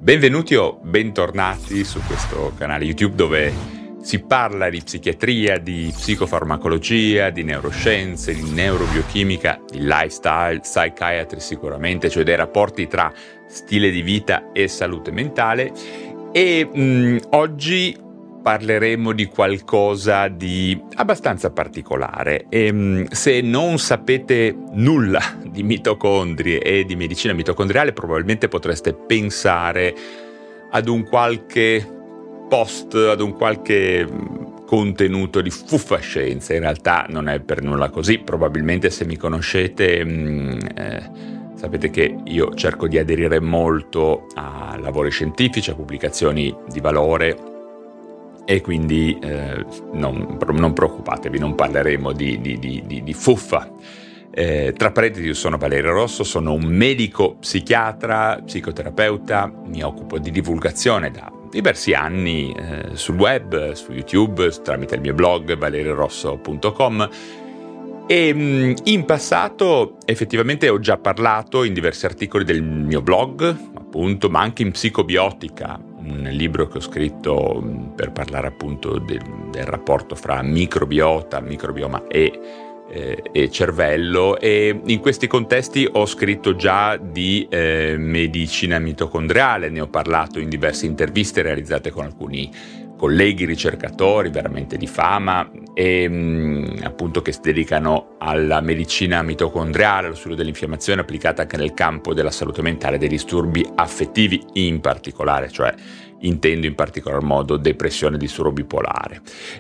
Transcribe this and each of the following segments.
Benvenuti o bentornati su questo canale YouTube dove si parla di psichiatria, di psicofarmacologia, di neuroscienze, di neurobiochimica, di lifestyle, psychiatry sicuramente, cioè dei rapporti tra stile di vita e salute mentale. E oggi parleremo di qualcosa di abbastanza particolare. Se non sapete nulla di mitocondri e di medicina mitocondriale, probabilmente potreste pensare ad un qualche post, ad un qualche contenuto di fuffascienza. In realtà non è per nulla così. Probabilmente, se mi conoscete, sapete che io cerco di aderire molto a lavori scientifici, a pubblicazioni di valore, e quindi non preoccupatevi, non parleremo di fuffa. Tra parentesi, io sono Valerio Rosso, sono un medico psichiatra, psicoterapeuta, mi occupo di divulgazione da diversi anni sul web, su YouTube, tramite il mio blog valeriorosso.com. E in passato effettivamente ho già parlato in diversi articoli del mio blog, appunto, ma anche in Psicobiotica, un libro che ho scritto per parlare appunto del rapporto fra microbioma e cervello, e in questi contesti ho scritto già di medicina mitocondriale, ne ho parlato in diverse interviste realizzate con alcuni colleghi ricercatori veramente di fama e appunto che si dedicano alla medicina mitocondriale, allo studio dell'infiammazione applicata anche nel campo della salute mentale, dei disturbi affettivi in particolare, cioè intendo in particolar modo depressione e disturbo bipolare.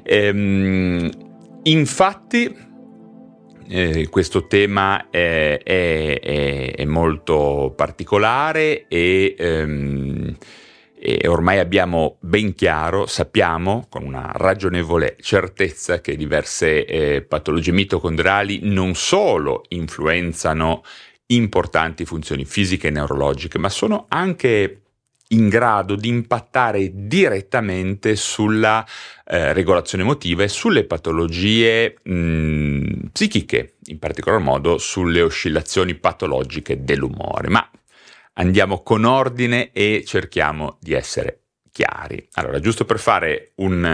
Infatti questo tema è molto particolare e ormai abbiamo ben chiaro, sappiamo con una ragionevole certezza che diverse patologie mitocondriali non solo influenzano importanti funzioni fisiche e neurologiche, ma sono anche in grado di impattare direttamente sulla regolazione emotiva e sulle patologie psichiche, in particolar modo sulle oscillazioni patologiche dell'umore. Ma andiamo con ordine e cerchiamo di essere chiari. Allora, giusto per fare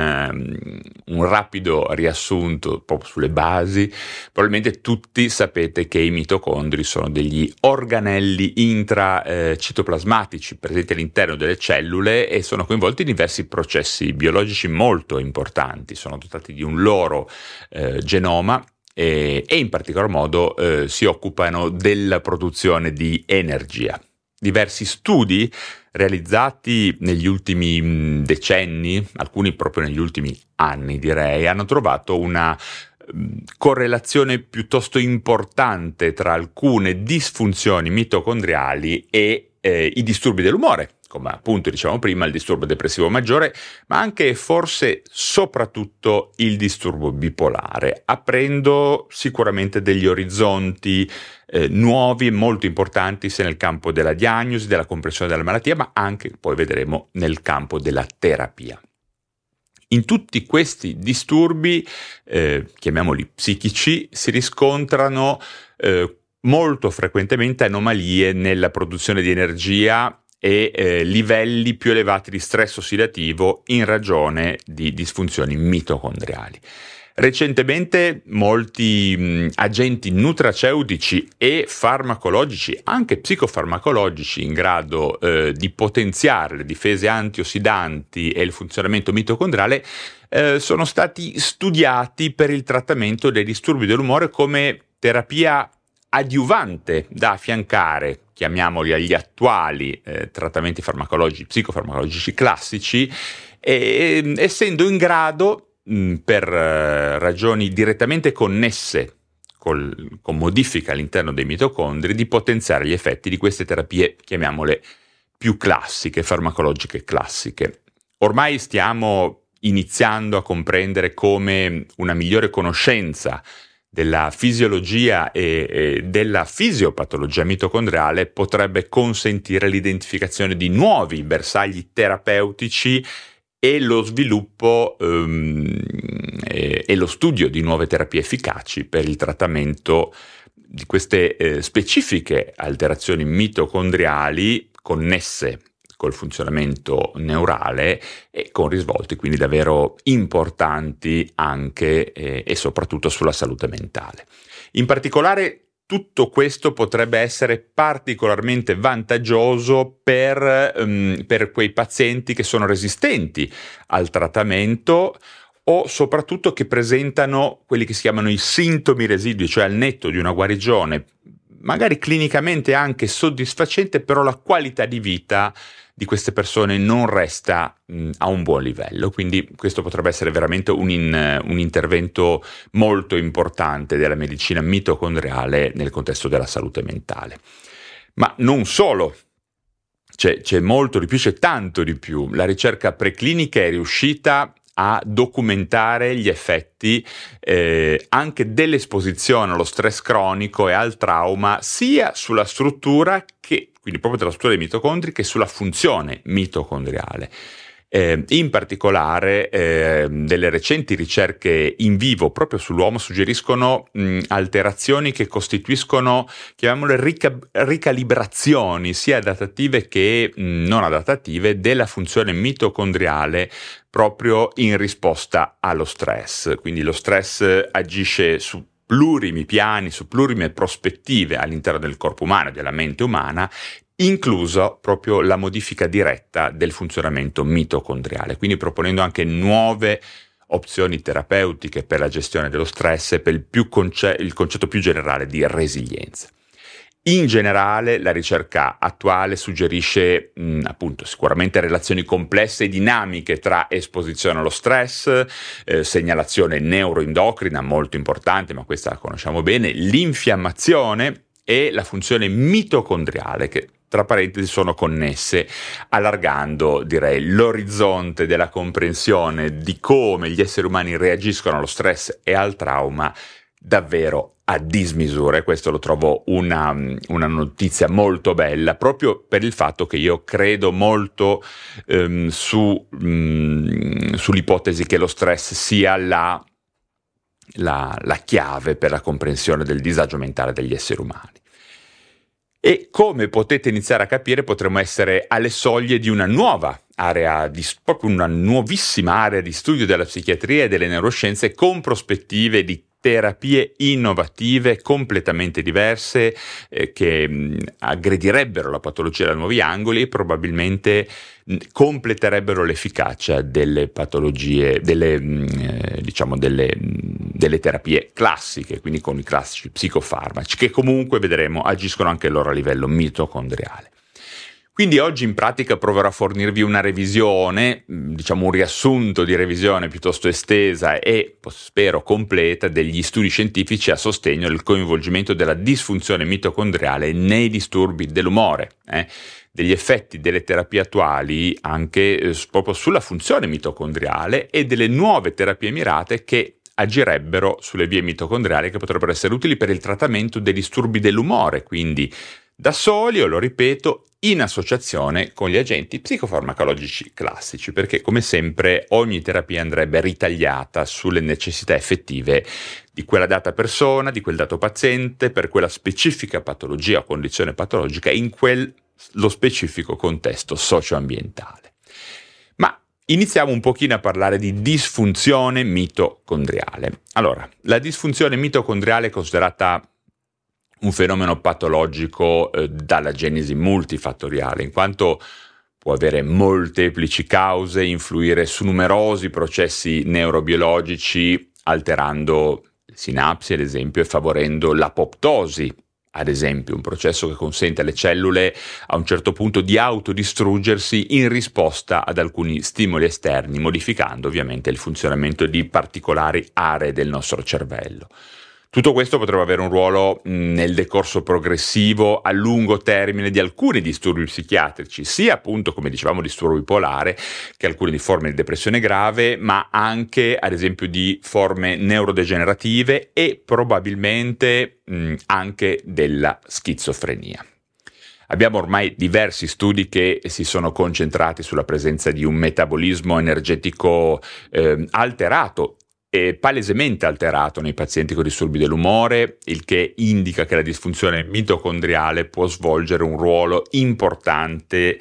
un rapido riassunto proprio sulle basi, probabilmente tutti sapete che i mitocondri sono degli organelli intracitoplasmatici presenti all'interno delle cellule e sono coinvolti in diversi processi biologici molto importanti. Sono dotati di un loro genoma e in particolar modo si occupano della produzione di energia. Diversi studi realizzati negli ultimi decenni, alcuni proprio negli ultimi anni direi, hanno trovato una correlazione piuttosto importante tra alcune disfunzioni mitocondriali e i disturbi dell'umore, come appunto dicevamo prima il disturbo depressivo maggiore, ma anche forse soprattutto il disturbo bipolare, aprendo sicuramente degli orizzonti nuovi e molto importanti sia nel campo della diagnosi, della comprensione della malattia, ma anche, poi vedremo, nel campo della terapia. In tutti questi disturbi, chiamiamoli psichici, si riscontrano molto frequentemente anomalie nella produzione di energia e livelli più elevati di stress ossidativo in ragione di disfunzioni mitocondriali. Recentemente molti agenti nutraceutici e farmacologici, anche psicofarmacologici, in grado di potenziare le difese antiossidanti e il funzionamento mitocondriale sono stati studiati per il trattamento dei disturbi dell'umore come terapia adiuvante da affiancare, chiamiamoli, agli attuali trattamenti farmacologici, psicofarmacologici classici, essendo in grado, per ragioni direttamente connesse con modifica all'interno dei mitocondri, di potenziare gli effetti di queste terapie, chiamiamole più classiche, farmacologiche classiche. Ormai stiamo iniziando a comprendere come una migliore conoscenza della fisiologia e della fisiopatologia mitocondriale potrebbe consentire l'identificazione di nuovi bersagli terapeutici e lo sviluppo e lo studio di nuove terapie efficaci per il trattamento di queste specifiche alterazioni mitocondriali connesse col funzionamento neurale e con risvolti quindi davvero importanti anche e soprattutto sulla salute mentale. In particolare tutto questo potrebbe essere particolarmente vantaggioso per quei pazienti che sono resistenti al trattamento o soprattutto che presentano quelli che si chiamano i sintomi residui, cioè al netto di una guarigione, magari clinicamente anche soddisfacente, però la qualità di vita di queste persone non resta a un buon livello. Quindi questo potrebbe essere veramente un intervento molto importante della medicina mitocondriale nel contesto della salute mentale. Ma non solo. C'è molto di più, c'è tanto di più. La ricerca preclinica è riuscita a documentare gli effetti anche dell'esposizione allo stress cronico e al trauma, sia sulla struttura quindi proprio della struttura dei mitocondri, che sulla funzione mitocondriale. In particolare delle recenti ricerche in vivo proprio sull'uomo suggeriscono alterazioni che costituiscono, chiamiamole ricalibrazioni sia adattative che non adattative della funzione mitocondriale proprio in risposta allo stress. Quindi lo stress agisce su plurimi piani, su plurime prospettive all'interno del corpo umano e della mente umana, incluso proprio la modifica diretta del funzionamento mitocondriale, quindi proponendo anche nuove opzioni terapeutiche per la gestione dello stress e per il concetto più generale di resilienza. In generale la ricerca attuale suggerisce appunto sicuramente relazioni complesse e dinamiche tra esposizione allo stress, segnalazione neuroendocrina molto importante, ma questa la conosciamo bene, l'infiammazione e la funzione mitocondriale, che tra parentesi sono connesse, allargando direi l'orizzonte della comprensione di come gli esseri umani reagiscono allo stress e al trauma davvero a dismisura. E questo lo trovo una notizia molto bella, proprio per il fatto che io credo molto sull'ipotesi che lo stress sia la chiave per la comprensione del disagio mentale degli esseri umani. E come potete iniziare a capire, potremmo essere alle soglie di una nuova area, proprio una nuovissima area di studio della psichiatria e delle neuroscienze, con prospettive di terapie innovative completamente diverse che aggredirebbero la patologia da nuovi angoli e probabilmente completerebbero l'efficacia delle patologie, delle terapie classiche, quindi con i classici psicofarmaci, che comunque vedremo agiscono anche loro a livello mitocondriale. Quindi oggi in pratica proverò a fornirvi una revisione, un riassunto di revisione piuttosto estesa e spero completa degli studi scientifici a sostegno del coinvolgimento della disfunzione mitocondriale nei disturbi dell'umore, degli effetti delle terapie attuali anche proprio sulla funzione mitocondriale e delle nuove terapie mirate che agirebbero sulle vie mitocondriali, che potrebbero essere utili per il trattamento dei disturbi dell'umore, quindi da soli, o lo ripeto, in associazione con gli agenti psicofarmacologici classici, perché come sempre ogni terapia andrebbe ritagliata sulle necessità effettive di quella data persona, di quel dato paziente, per quella specifica patologia o condizione patologica in quello specifico contesto socio-ambientale. Ma iniziamo un pochino a parlare di disfunzione mitocondriale. Allora, la disfunzione mitocondriale è considerata un fenomeno patologico dalla genesi multifattoriale, in quanto può avere molteplici cause, influire su numerosi processi neurobiologici, alterando le sinapsi, ad esempio, e favorendo l'apoptosi, ad esempio, un processo che consente alle cellule a un certo punto di autodistruggersi in risposta ad alcuni stimoli esterni, modificando ovviamente il funzionamento di particolari aree del nostro cervello. Tutto questo potrebbe avere un ruolo nel decorso progressivo a lungo termine di alcuni disturbi psichiatrici, sia appunto, come dicevamo, disturbo bipolare, che alcune di forme di depressione grave, ma anche ad esempio di forme neurodegenerative e probabilmente anche della schizofrenia. Abbiamo ormai diversi studi che si sono concentrati sulla presenza di un metabolismo energetico alterato, è palesemente alterato nei pazienti con disturbi dell'umore, il che indica che la disfunzione mitocondriale può svolgere un ruolo importante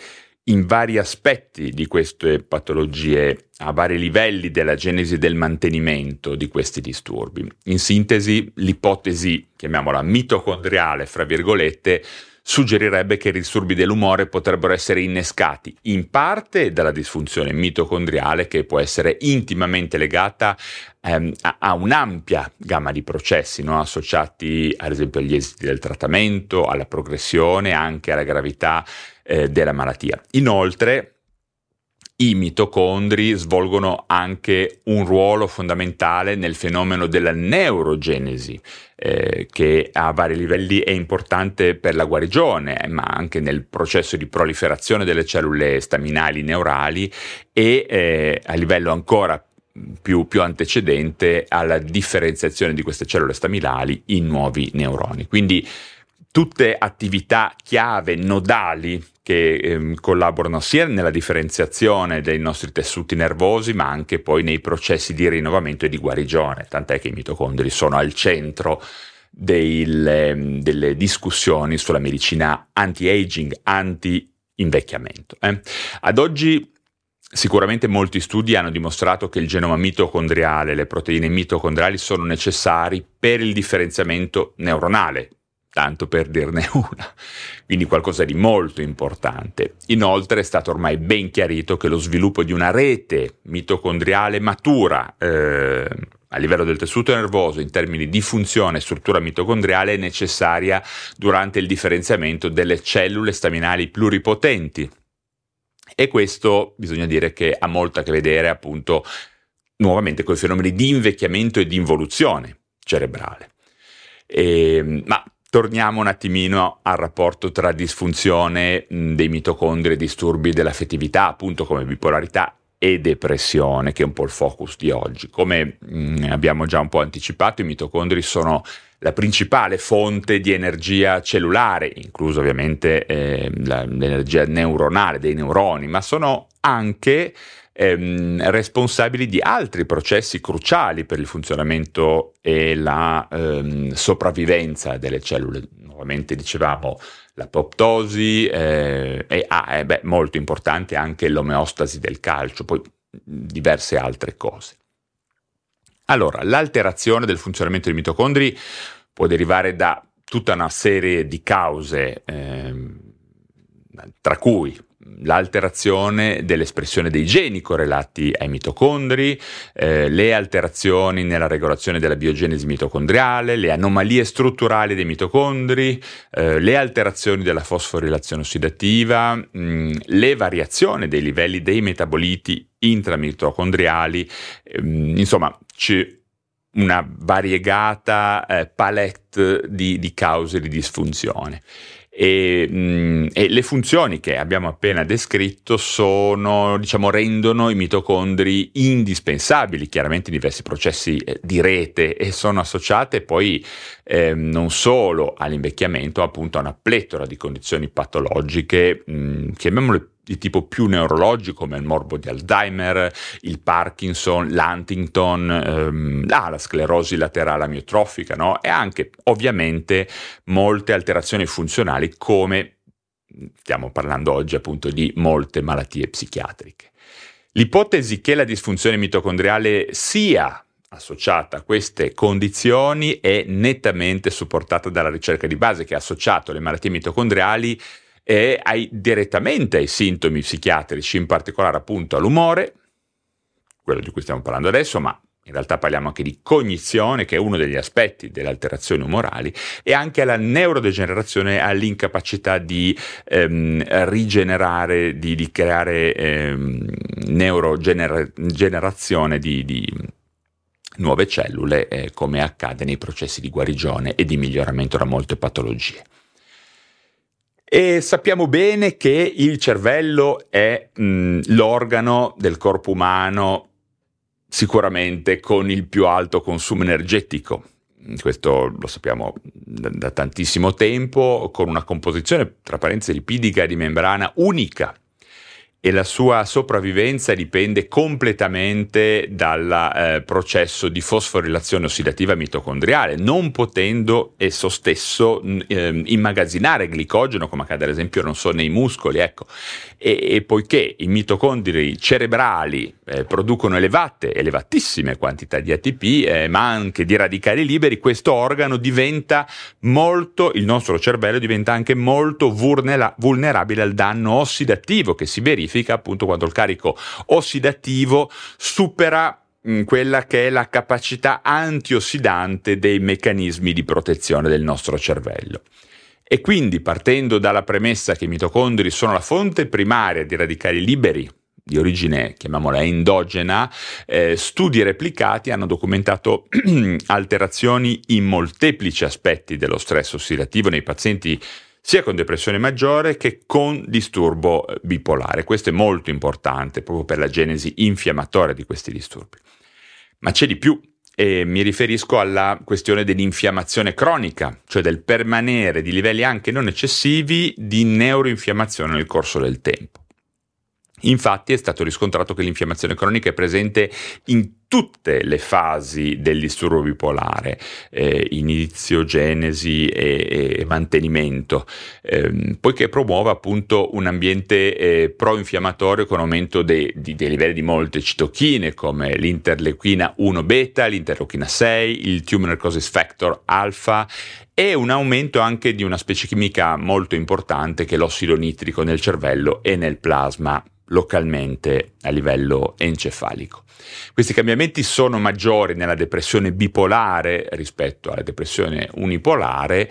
in vari aspetti di queste patologie, a vari livelli della genesi e del mantenimento di questi disturbi. In sintesi, l'ipotesi, chiamiamola mitocondriale, fra virgolette, suggerirebbe che i disturbi dell'umore potrebbero essere innescati in parte dalla disfunzione mitocondriale, che può essere intimamente legata a un'ampia gamma di processi, no? Associati ad esempio agli esiti del trattamento, alla progressione, anche alla gravità della malattia. Inoltre, i mitocondri svolgono anche un ruolo fondamentale nel fenomeno della neurogenesi, che a vari livelli è importante per la guarigione, ma anche nel processo di proliferazione delle cellule staminali neurali e a livello ancora più antecedente alla differenziazione di queste cellule staminali in nuovi neuroni. Quindi tutte attività chiave, nodali, che collaborano sia nella differenziazione dei nostri tessuti nervosi, ma anche poi nei processi di rinnovamento e di guarigione, tant'è che i mitocondri sono al centro delle discussioni sulla medicina anti-aging, anti-invecchiamento. Ad oggi sicuramente molti studi hanno dimostrato che il genoma mitocondriale, le proteine mitocondriali sono necessari per il differenziamento neuronale, tanto per dirne una, quindi qualcosa di molto importante. Inoltre è stato ormai ben chiarito che lo sviluppo di una rete mitocondriale matura a livello del tessuto nervoso in termini di funzione e struttura mitocondriale è necessaria durante il differenziamento delle cellule staminali pluripotenti, e questo bisogna dire che ha molto a che vedere appunto nuovamente con i fenomeni di invecchiamento e di involuzione cerebrale. Ma torniamo un attimino al rapporto tra disfunzione dei mitocondri e disturbi dell'affettività, appunto come bipolarità e depressione, che è un po' il focus di oggi. Come abbiamo già un po' anticipato, i mitocondri sono la principale fonte di energia cellulare, incluso ovviamente l'energia neuronale dei neuroni, ma sono anche responsabili di altri processi cruciali per il funzionamento e la sopravvivenza delle cellule. Nuovamente dicevamo l'apoptosi molto importante anche l'omeostasi del calcio, poi diverse altre cose. Allora, l'alterazione del funzionamento dei mitocondri può derivare da tutta una serie di cause, tra cui l'alterazione dell'espressione dei geni correlati ai mitocondri, le alterazioni nella regolazione della biogenesi mitocondriale, le anomalie strutturali dei mitocondri, le alterazioni della fosforilazione ossidativa, le variazioni dei livelli dei metaboliti intramitocondriali, insomma c'è una variegata palette di cause di disfunzione. E le funzioni che abbiamo appena descritto rendono i mitocondri indispensabili chiaramente in diversi processi di rete, e sono associate poi non solo all'invecchiamento, appunto a una pletora di condizioni patologiche, chiamiamole di tipo più neurologico, come il morbo di Alzheimer, il Parkinson, l'Huntington, la sclerosi laterale amiotrofica, no? E anche ovviamente molte alterazioni funzionali, come stiamo parlando oggi appunto di molte malattie psichiatriche. L'ipotesi che la disfunzione mitocondriale sia associata a queste condizioni è nettamente supportata dalla ricerca di base, che ha associato le malattie mitocondriali direttamente ai sintomi psichiatrici, in particolare appunto all'umore, quello di cui stiamo parlando adesso, ma in realtà parliamo anche di cognizione, che è uno degli aspetti delle alterazioni umorali, e anche alla neurodegenerazione, all'incapacità di rigenerare, di creare neurogenerazione di nuove cellule, come accade nei processi di guarigione e di miglioramento da molte patologie. E sappiamo bene che il cervello è l'organo del corpo umano sicuramente con il più alto consumo energetico. Questo lo sappiamo da tantissimo tempo, con una composizione, tra parentesi, lipidica di membrana unica. e la sua sopravvivenza dipende completamente dal processo di fosforilazione ossidativa mitocondriale, non potendo esso stesso immagazzinare glicogeno, come accade ad esempio, non so, nei muscoli, ecco. E poiché i mitocondri cerebrali producono elevatissime quantità di ATP, ma anche di radicali liberi, questo organo diventa il nostro cervello diventa anche molto vulnerabile al danno ossidativo che si verifica appunto quando il carico ossidativo supera quella che è la capacità antiossidante dei meccanismi di protezione del nostro cervello. E quindi, partendo dalla premessa che i mitocondri sono la fonte primaria di radicali liberi di origine, chiamiamola endogena, studi replicati hanno documentato alterazioni in molteplici aspetti dello stress ossidativo nei pazienti sia con depressione maggiore che con disturbo bipolare. Questo è molto importante proprio per la genesi infiammatoria di questi disturbi. Ma c'è di più, e mi riferisco alla questione dell'infiammazione cronica, cioè del permanere di livelli anche non eccessivi di neuroinfiammazione nel corso del tempo. Infatti è stato riscontrato che l'infiammazione cronica è presente in tutte le fasi del disturbo bipolare, inizio, genesi e mantenimento, poiché promuove appunto un ambiente pro-infiammatorio con aumento dei livelli di molte citochine come l'interleuchina 1 beta, l'interleuchina 6, il tumor necrosis factor alfa e un aumento anche di una specie chimica molto importante che è l'ossido nitrico nel cervello e nel plasma localmente a livello encefalico. Questi cambiamenti sono maggiori nella depressione bipolare rispetto alla depressione unipolare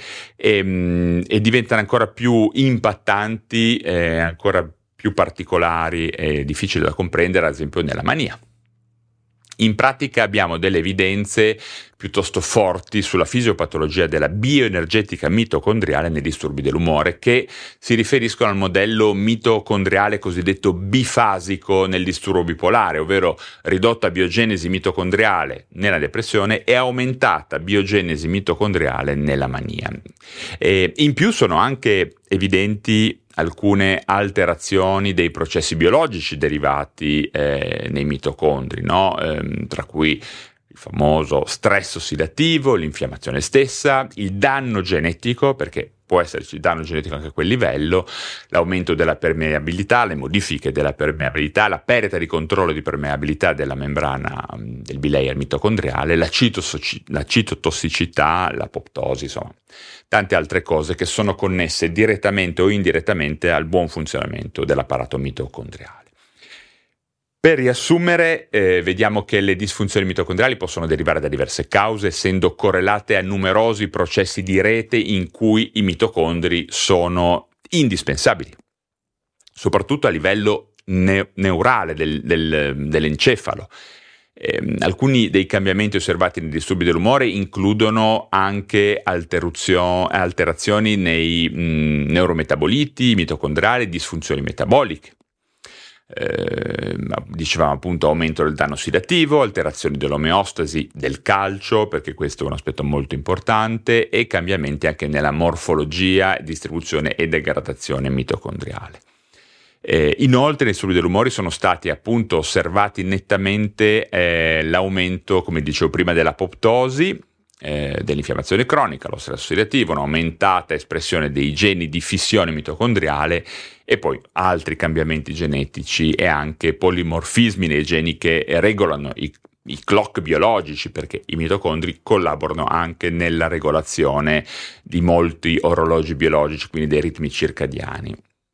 e diventano ancora più impattanti, ancora più particolari e difficili da comprendere, ad esempio nella mania. In pratica abbiamo delle evidenze piuttosto forti sulla fisiopatologia della bioenergetica mitocondriale nei disturbi dell'umore che si riferiscono al modello mitocondriale cosiddetto bifasico nel disturbo bipolare, ovvero ridotta biogenesi mitocondriale nella depressione e aumentata biogenesi mitocondriale nella mania. E in più sono anche evidenti alcune alterazioni dei processi biologici derivati nei mitocondri, no? Tra cui il famoso stress ossidativo, l'infiammazione stessa, il danno genetico, perché può esserci danno genetico anche a quel livello, l'aumento della permeabilità, le modifiche della permeabilità, la perdita di controllo di permeabilità della membrana del bilayer mitocondriale, la citotossicità, l'apoptosi, insomma, tante altre cose che sono connesse direttamente o indirettamente al buon funzionamento dell'apparato mitocondriale. Per riassumere, vediamo che le disfunzioni mitocondriali possono derivare da diverse cause, essendo correlate a numerosi processi di rete in cui i mitocondri sono indispensabili, soprattutto a livello neurale dell'encefalo. Alcuni dei cambiamenti osservati nei disturbi dell'umore includono anche alterazioni nei neurometaboliti mitocondriali, disfunzioni metaboliche. Dicevamo appunto aumento del danno ossidativo, alterazioni dell'omeostasi del calcio, perché questo è un aspetto molto importante, e cambiamenti anche nella morfologia, distribuzione e degradazione mitocondriale. Inoltre nei disturbi dell'umore sono stati appunto osservati nettamente l'aumento, come dicevo prima, dell'apoptosi, dell'infiammazione cronica, lo stress ossidativo, un'aumentata espressione dei geni di fissione mitocondriale e poi altri cambiamenti genetici e anche polimorfismi nei geni che regolano i clock biologici, perché i mitocondri collaborano anche nella regolazione di molti orologi biologici, quindi dei ritmi circadiani.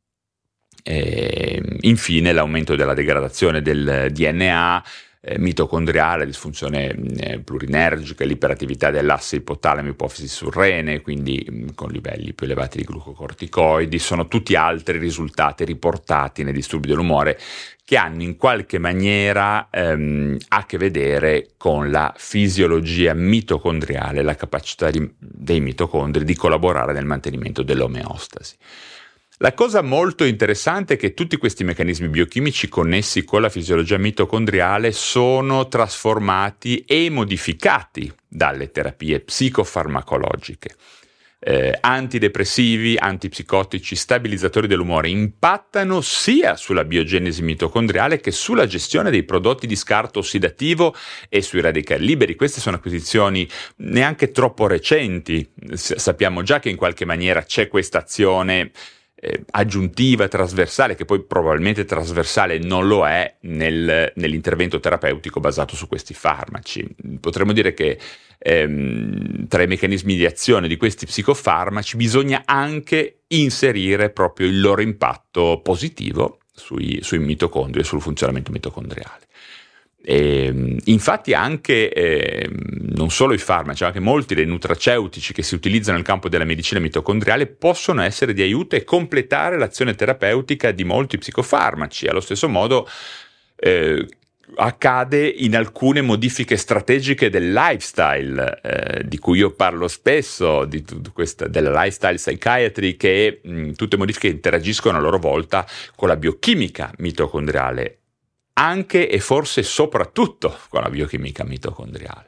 Infine l'aumento della degradazione del DNA mitocondriale, disfunzione plurinergica, l'iperattività dell'asse ipotalamo ipofisi surrene, quindi con livelli più elevati di glucocorticoidi, sono tutti altri risultati riportati nei disturbi dell'umore che hanno in qualche maniera a che vedere con la fisiologia mitocondriale, la capacità dei mitocondri di collaborare nel mantenimento dell'omeostasi. La cosa molto interessante è che tutti questi meccanismi biochimici connessi con la fisiologia mitocondriale sono trasformati e modificati dalle terapie psicofarmacologiche. antidepressivi, antipsicotici, stabilizzatori dell'umore impattano sia sulla biogenesi mitocondriale che sulla gestione dei prodotti di scarto ossidativo e sui radicali liberi. Queste sono acquisizioni neanche troppo recenti. Sappiamo già che in qualche maniera c'è questa azione aggiuntiva, trasversale, che poi probabilmente trasversale non lo è nell'intervento terapeutico basato su questi farmaci. Potremmo dire che tra i meccanismi di azione di questi psicofarmaci bisogna anche inserire proprio il loro impatto positivo sui mitocondri e sul funzionamento mitocondriale. Infatti anche non solo i farmaci, ma anche molti dei nutraceutici che si utilizzano nel campo della medicina mitocondriale possono essere di aiuto e completare l'azione terapeutica di molti psicofarmaci. Allo stesso modo accade in alcune modifiche strategiche del lifestyle, di cui io parlo spesso, della lifestyle psychiatry, che tutte modifiche interagiscono a loro volta con la biochimica mitocondriale, anche e forse soprattutto con la biochimica mitocondriale.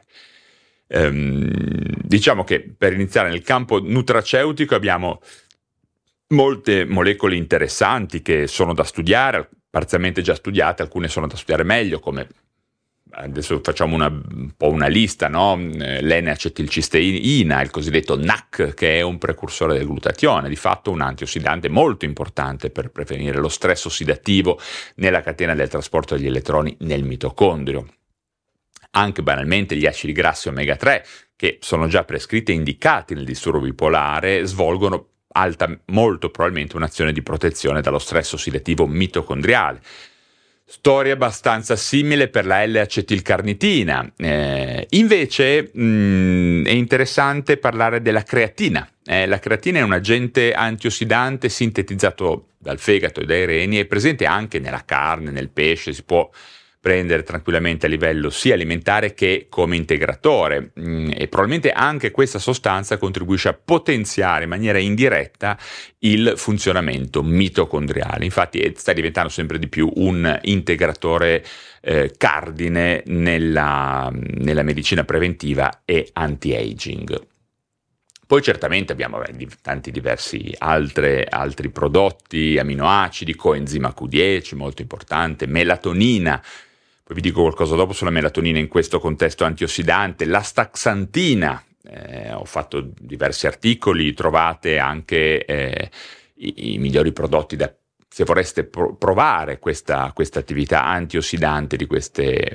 Diciamo che per iniziare nel campo nutraceutico abbiamo molte molecole interessanti che sono da studiare, parzialmente già studiate, alcune sono da studiare meglio, come adesso facciamo un po' una lista, no? L'N-acetilcisteina, il cosiddetto NAC, che è un precursore del glutatione, di fatto un antiossidante molto importante per prevenire lo stress ossidativo nella catena del trasporto degli elettroni nel mitocondrio. Anche banalmente gli acidi grassi omega 3, che sono già prescritti e indicati nel disturbo bipolare, svolgono molto probabilmente un'azione di protezione dallo stress ossidativo mitocondriale. Storia abbastanza simile per la L-acetilcarnitina. Invece è interessante parlare della creatina. La creatina è un agente antiossidante sintetizzato dal fegato e dai reni, è presente anche nella carne, nel pesce, si può prendere tranquillamente a livello sia alimentare che come integratore, e probabilmente anche questa sostanza contribuisce a potenziare in maniera indiretta il funzionamento mitocondriale. Infatti sta diventando sempre di più un integratore cardine nella medicina preventiva e anti-aging. Poi certamente abbiamo tanti diversi altri prodotti, aminoacidi, coenzima Q10, molto importante, melatonina. Poi vi dico qualcosa dopo sulla melatonina in questo contesto antiossidante, l'astaxantina. Ho fatto diversi articoli, trovate anche i migliori prodotti se vorreste provare questa attività antiossidante di questi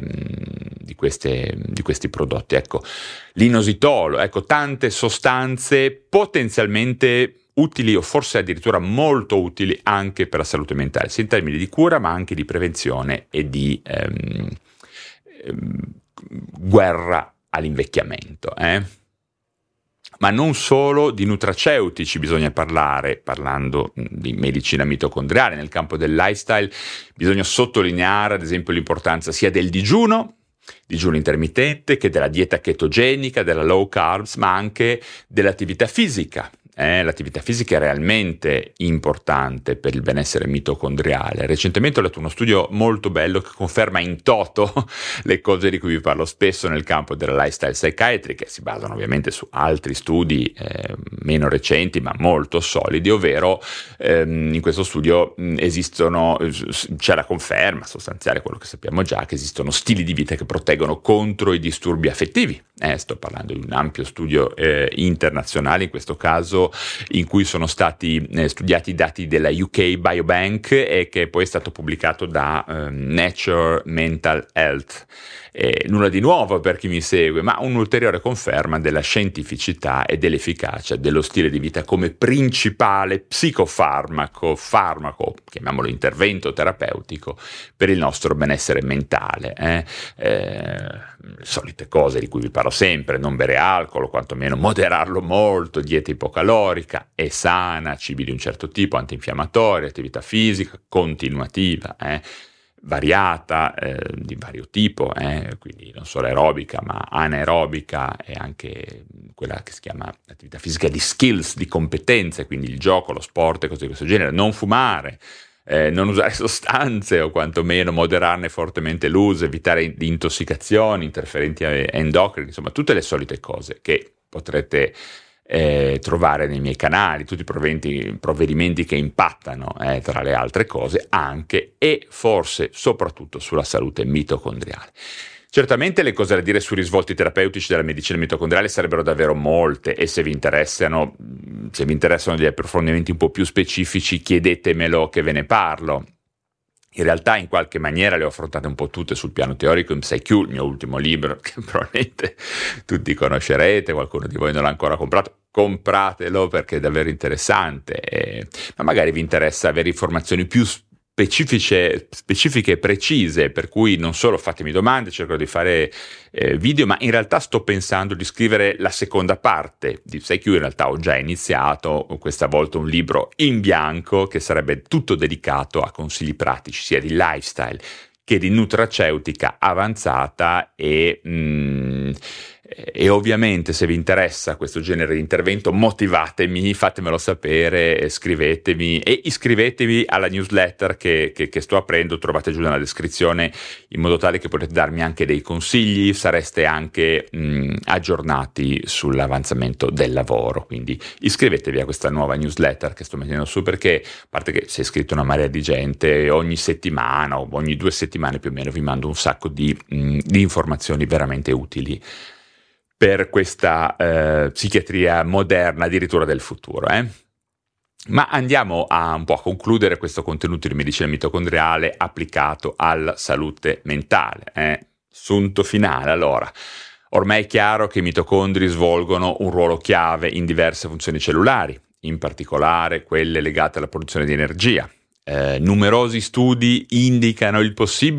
prodotti. Ecco, l'inositolo, ecco, tante sostanze potenzialmente utili o forse addirittura molto utili anche per la salute mentale, sia in termini di cura ma anche di prevenzione e di guerra all'invecchiamento. Ma non solo di nutraceutici bisogna parlando di medicina mitocondriale. Nel campo del lifestyle bisogna sottolineare ad esempio l'importanza sia del digiuno intermittente, che della dieta chetogenica, della low carbs, ma anche dell'attività fisica. L'attività fisica è realmente importante per il benessere mitocondriale. Recentemente ho letto uno studio molto bello che conferma in toto le cose di cui vi parlo spesso nel campo della lifestyle psychiatry, che si basano ovviamente su altri studi meno recenti ma molto solidi, ovvero in questo studio c'è la conferma sostanziale, quello che sappiamo già, che esistono stili di vita che proteggono contro i disturbi affettivi. Sto parlando di un ampio studio internazionale, in questo caso in cui sono stati studiati i dati della UK Biobank e che poi è stato pubblicato da Nature Mental Health. Nulla di nuovo per chi mi segue, ma un'ulteriore conferma della scientificità e dell'efficacia dello stile di vita come principale psicofarmaco, chiamiamolo intervento terapeutico, per il nostro benessere mentale. Solite cose di cui vi parlo sempre: non bere alcol, o quantomeno moderarlo molto, dieta ipocalorica e sana, cibi di un certo tipo, antinfiammatori, attività fisica continuativa, variata, di vario tipo, quindi non solo aerobica ma anaerobica, e anche quella che si chiama attività fisica di skills, di competenze, quindi il gioco, lo sport e cose di questo genere. Non fumare, non usare sostanze o quantomeno moderarne fortemente l'uso, evitare intossicazioni, interferenti endocrini, insomma tutte le solite cose che potrete trovare nei miei canali, tutti i provvedimenti che impattano, tra le altre cose, anche e forse soprattutto sulla salute mitocondriale. Certamente le cose da dire sui risvolti terapeutici della medicina mitocondriale sarebbero davvero molte, e se vi interessano degli approfondimenti un po' più specifici, chiedetemelo che ve ne parlo. In realtà in qualche maniera le ho affrontate un po' tutte sul piano teorico in PsyQ, il mio ultimo libro, che probabilmente tutti conoscerete, qualcuno di voi non l'ha ancora comprato, compratelo perché è davvero interessante, ma magari vi interessa avere informazioni più specifiche e precise, per cui non solo fatemi domande, cerco di fare video, ma in realtà sto pensando di scrivere la seconda parte di PsyQ. In realtà ho già iniziato, questa volta un libro in bianco che sarebbe tutto dedicato a consigli pratici sia di lifestyle che di nutraceutica avanzata, e ovviamente se vi interessa questo genere di intervento motivatemi, fatemelo sapere, scrivetemi e iscrivetevi alla newsletter che sto aprendo, trovate giù nella descrizione, in modo tale che potete darmi anche dei consigli, sareste anche aggiornati sull'avanzamento del lavoro, quindi iscrivetevi a questa nuova newsletter che sto mettendo su, perché a parte che si è iscritto una marea di gente, ogni settimana o ogni 2 settimane più o meno vi mando un sacco di informazioni veramente utili per questa psichiatria moderna, addirittura del futuro. Ma andiamo un po' a concludere questo contenuto di medicina mitocondriale applicato alla salute mentale. Sunto finale, allora. Ormai è chiaro che i mitocondri svolgono un ruolo chiave in diverse funzioni cellulari, in particolare quelle legate alla produzione di energia. Numerosi studi indicano il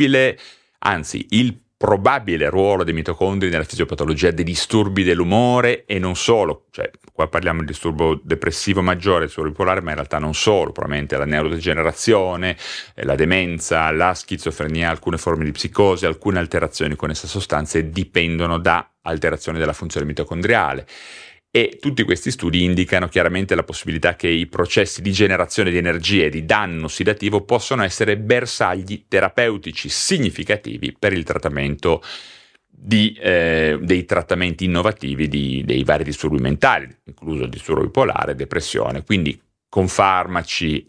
probabile ruolo dei mitocondri nella fisiopatologia dei disturbi dell'umore, e non solo, cioè qua parliamo di disturbo depressivo maggiore, disturbo bipolare, ma in realtà non solo, probabilmente la neurodegenerazione, la demenza, la schizofrenia, alcune forme di psicosi, alcune alterazioni con esse sostanze dipendono da alterazioni della funzione mitocondriale. E tutti questi studi indicano chiaramente la possibilità che i processi di generazione di energia e di danno ossidativo possono essere bersagli terapeutici significativi per il trattamento dei trattamenti innovativi dei vari disturbi mentali, incluso il disturbo bipolare, depressione. Quindi con farmaci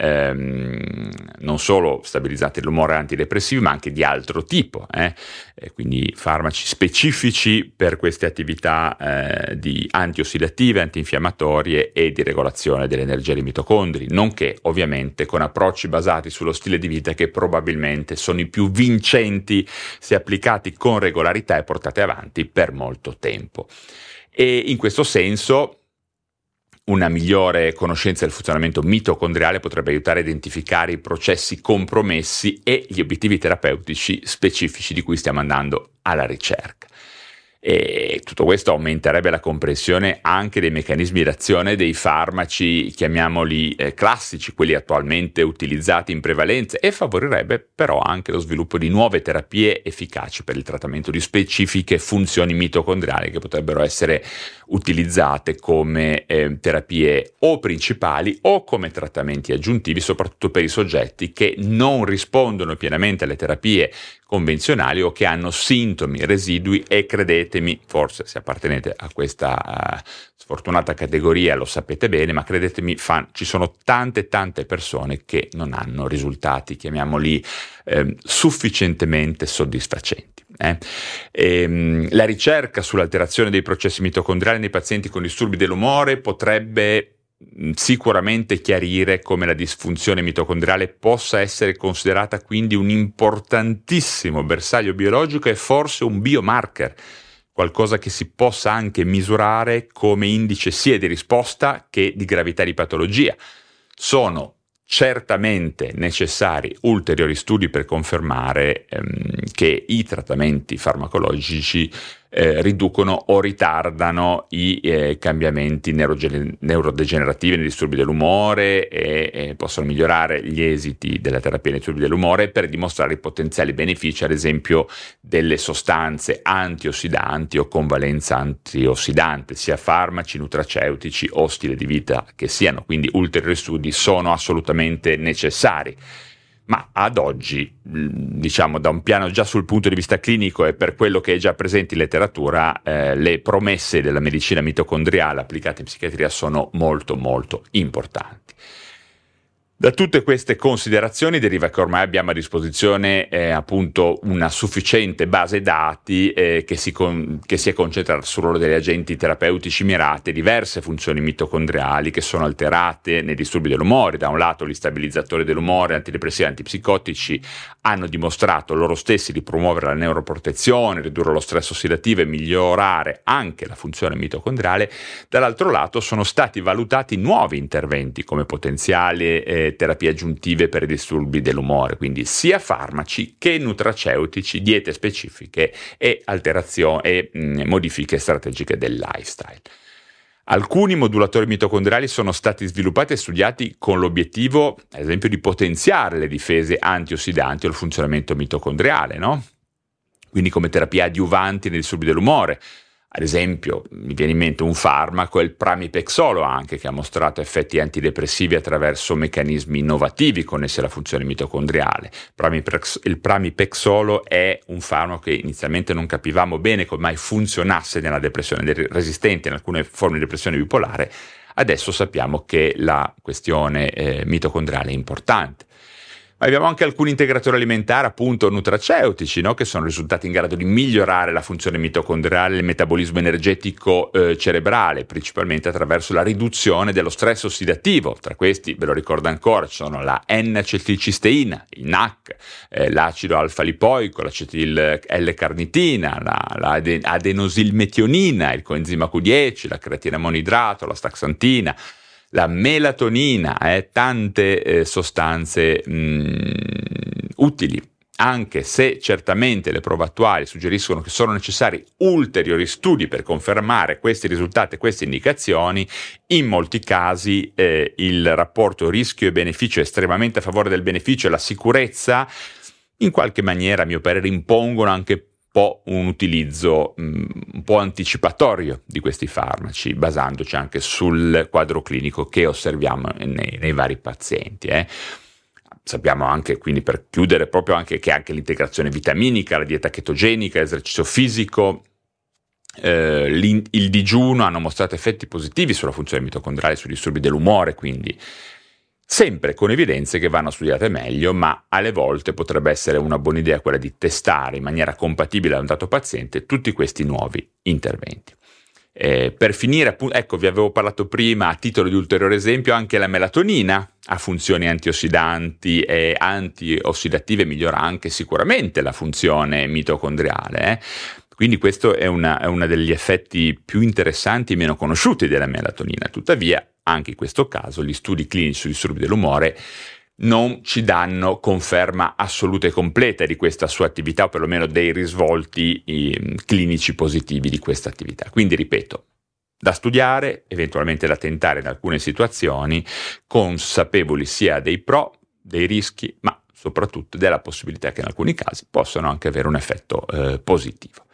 non solo stabilizzanti dell'umore, antidepressivi, ma anche di altro tipo, quindi farmaci specifici per queste attività di antiossidative, antinfiammatorie e di regolazione dell'energia dei mitocondri, nonché ovviamente con approcci basati sullo stile di vita che probabilmente sono i più vincenti se applicati con regolarità e portati avanti per molto tempo. E in questo senso una migliore conoscenza del funzionamento mitocondriale potrebbe aiutare a identificare i processi compromessi e gli obiettivi terapeutici specifici di cui stiamo andando alla ricerca. E tutto questo aumenterebbe la comprensione anche dei meccanismi d'azione dei farmaci, chiamiamoli classici, quelli attualmente utilizzati in prevalenza, e favorirebbe però anche lo sviluppo di nuove terapie efficaci per il trattamento di specifiche funzioni mitocondriali che potrebbero essere utilizzate come terapie o principali o come trattamenti aggiuntivi, soprattutto per i soggetti che non rispondono pienamente alle terapie convenzionali o che hanno sintomi residui, e credetemi, forse se appartenete a questa sfortunata categoria lo sapete bene, ma credetemi, ci sono tante persone che non hanno risultati, chiamiamoli sufficientemente soddisfacenti. La ricerca sull'alterazione dei processi mitocondriali nei pazienti con disturbi dell'umore potrebbe sicuramente chiarire come la disfunzione mitocondriale possa essere considerata quindi un importantissimo bersaglio biologico e forse un biomarker, qualcosa che si possa anche misurare come indice sia di risposta che di gravità di patologia. Sono certamente necessari ulteriori studi per confermare che i trattamenti farmacologici riducono o ritardano i cambiamenti neurodegenerativi nei disturbi dell'umore e possono migliorare gli esiti della terapia nei disturbi dell'umore, per dimostrare i potenziali benefici, ad esempio, delle sostanze antiossidanti o con valenza antiossidante, sia farmaci, nutraceutici o stile di vita che siano. Quindi ulteriori studi sono assolutamente necessari. ma ad oggi, diciamo da un piano già sul punto di vista clinico e per quello che è già presente in letteratura, le promesse della medicina mitocondriale applicate in psichiatria sono molto molto importanti. Da tutte queste considerazioni deriva che ormai abbiamo a disposizione appunto una sufficiente base dati che si è concentrata sul ruolo degli agenti terapeutici mirati, diverse funzioni mitocondriali che sono alterate nei disturbi dell'umore. Da un lato gli stabilizzatori dell'umore, antidepressivi e antipsicotici hanno dimostrato loro stessi di promuovere la neuroprotezione, ridurre lo stress ossidativo e migliorare anche la funzione mitocondriale. Dall'altro lato sono stati valutati nuovi interventi come potenziali terapie aggiuntive per i disturbi dell'umore, quindi sia farmaci che nutraceutici, diete specifiche e alterazioni e modifiche strategiche del lifestyle. Alcuni modulatori mitocondriali sono stati sviluppati e studiati con l'obiettivo, ad esempio, di potenziare le difese antiossidanti o il funzionamento mitocondriale, no? Quindi come terapia adiuvanti nei disturbi dell'umore. Ad esempio, mi viene in mente un farmaco, il pramipexolo anche, che ha mostrato effetti antidepressivi attraverso meccanismi innovativi connessi alla funzione mitocondriale. Il pramipexolo è un farmaco che inizialmente non capivamo bene come mai funzionasse nella depressione resistente, in alcune forme di depressione bipolare. Adesso sappiamo che la questione mitocondriale è importante. Ma abbiamo anche alcuni integratori alimentari, appunto nutraceutici, no? Che sono risultati in grado di migliorare la funzione mitocondriale e il metabolismo energetico cerebrale, principalmente attraverso la riduzione dello stress ossidativo. Tra questi, ve lo ricordo ancora, ci sono la N-acetilcisteina, il NAC, l'acido alfa-lipoico, l'acetil L-carnitina, l'adenosilmetionina, il coenzima Q10, la creatina monoidrato, la staxantina, la melatonina, tante sostanze utili, anche se certamente le prove attuali suggeriscono che sono necessari ulteriori studi per confermare questi risultati e queste indicazioni. In molti casi il rapporto rischio e beneficio è estremamente a favore del beneficio e la sicurezza in qualche maniera, a mio parere, impongono anche un utilizzo un po' anticipatorio di questi farmaci, basandoci anche sul quadro clinico che osserviamo nei vari pazienti. Sappiamo anche, quindi per chiudere, proprio anche che anche l'integrazione vitaminica, la dieta chetogenica, l'esercizio fisico, il digiuno hanno mostrato effetti positivi sulla funzione mitocondriale, sui disturbi dell'umore, quindi sempre con evidenze che vanno studiate meglio, ma alle volte potrebbe essere una buona idea quella di testare in maniera compatibile a un dato paziente tutti questi nuovi interventi. Per finire, ecco, vi avevo parlato prima, a titolo di ulteriore esempio, anche la melatonina ha funzioni antiossidanti e antiossidative, migliora anche sicuramente la funzione mitocondriale. Quindi questo è uno degli effetti più interessanti e meno conosciuti della melatonina. Tuttavia, anche in questo caso, gli studi clinici sui disturbi dell'umore non ci danno conferma assoluta e completa di questa sua attività, o perlomeno dei risvolti clinici positivi di questa attività. Quindi, ripeto, da studiare, eventualmente da tentare in alcune situazioni, consapevoli sia dei pro, dei rischi, ma soprattutto della possibilità che in alcuni casi possano anche avere un effetto positivo.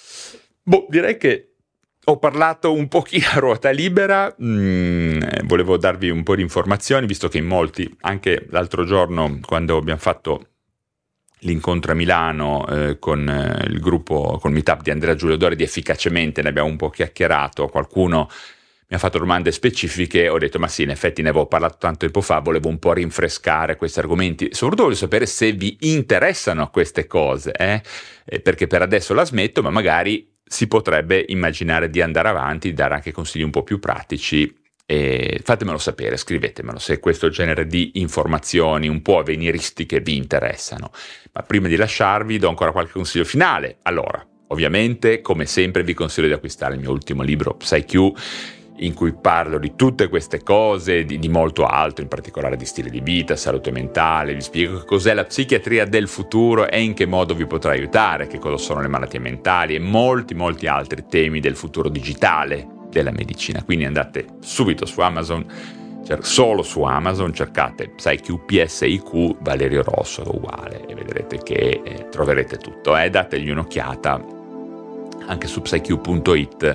Direi che ho parlato un pochino a ruota libera, volevo darvi un po' di informazioni, visto che in molti, anche l'altro giorno quando abbiamo fatto l'incontro a Milano con il gruppo, col meetup di Andrea Giulio Dori di Efficacemente, ne abbiamo un po' chiacchierato, qualcuno mi ha fatto domande specifiche, ho detto ma sì, in effetti ne avevo parlato tanto tempo fa, volevo un po' rinfrescare questi argomenti, soprattutto voglio sapere se vi interessano queste cose, perché per adesso la smetto, ma magari si potrebbe immaginare di andare avanti, dare anche consigli un po' più pratici, e fatemelo sapere, scrivetemelo se questo genere di informazioni un po' avveniristiche vi interessano. Ma prima di lasciarvi do ancora qualche consiglio finale. Allora, ovviamente, come sempre vi consiglio di acquistare il mio ultimo libro, PsyQ, in cui parlo di tutte queste cose, di molto altro, in particolare di stile di vita, salute mentale, vi spiego che cos'è la psichiatria del futuro e in che modo vi potrà aiutare, che cosa sono le malattie mentali e molti altri temi del futuro digitale della medicina. Quindi andate subito su Amazon, solo su Amazon, cercate PsyQ, PSIQ, Valerio Rosso, uguale, e vedrete che troverete tutto. Dategli un'occhiata anche su psyq.it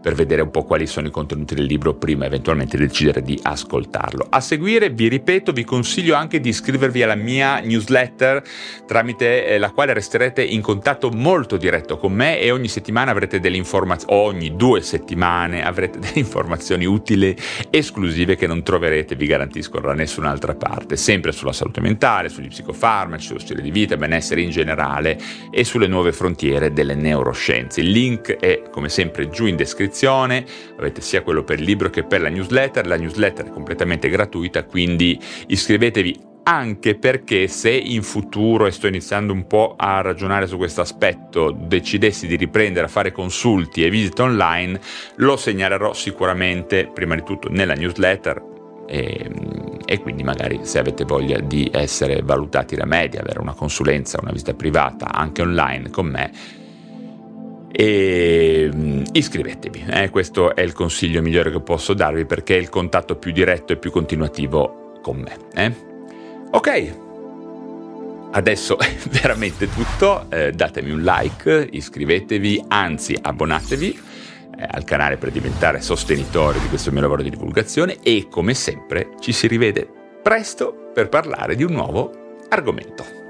per vedere un po' quali sono i contenuti del libro prima eventualmente decidere di ascoltarlo. A seguire, vi ripeto, vi consiglio anche di iscrivervi alla mia newsletter, tramite la quale resterete in contatto molto diretto con me e ogni settimana avrete delle informazioni, ogni 2 settimane avrete delle informazioni utili, esclusive, che non troverete, vi garantisco, da nessun'altra parte, sempre sulla salute mentale, sugli psicofarmaci, sullo stile di vita, benessere in generale e sulle nuove frontiere delle neuroscienze. Il link è come sempre giù in descrizione, avete sia quello per il libro che per la newsletter è completamente gratuita, quindi iscrivetevi, anche perché se in futuro, e sto iniziando un po' a ragionare su questo aspetto, decidessi di riprendere a fare consulti e visite online, lo segnalerò sicuramente prima di tutto nella newsletter e quindi magari, se avete voglia di essere valutati da me, di avere una consulenza, una visita privata anche online con me, e iscrivetevi, questo è il consiglio migliore che posso darvi, perché è il contatto più diretto e più continuativo con me. Ok, adesso è veramente tutto, datemi un like, iscrivetevi, anzi abbonatevi al canale per diventare sostenitori di questo mio lavoro di divulgazione, e come sempre ci si rivede presto per parlare di un nuovo argomento.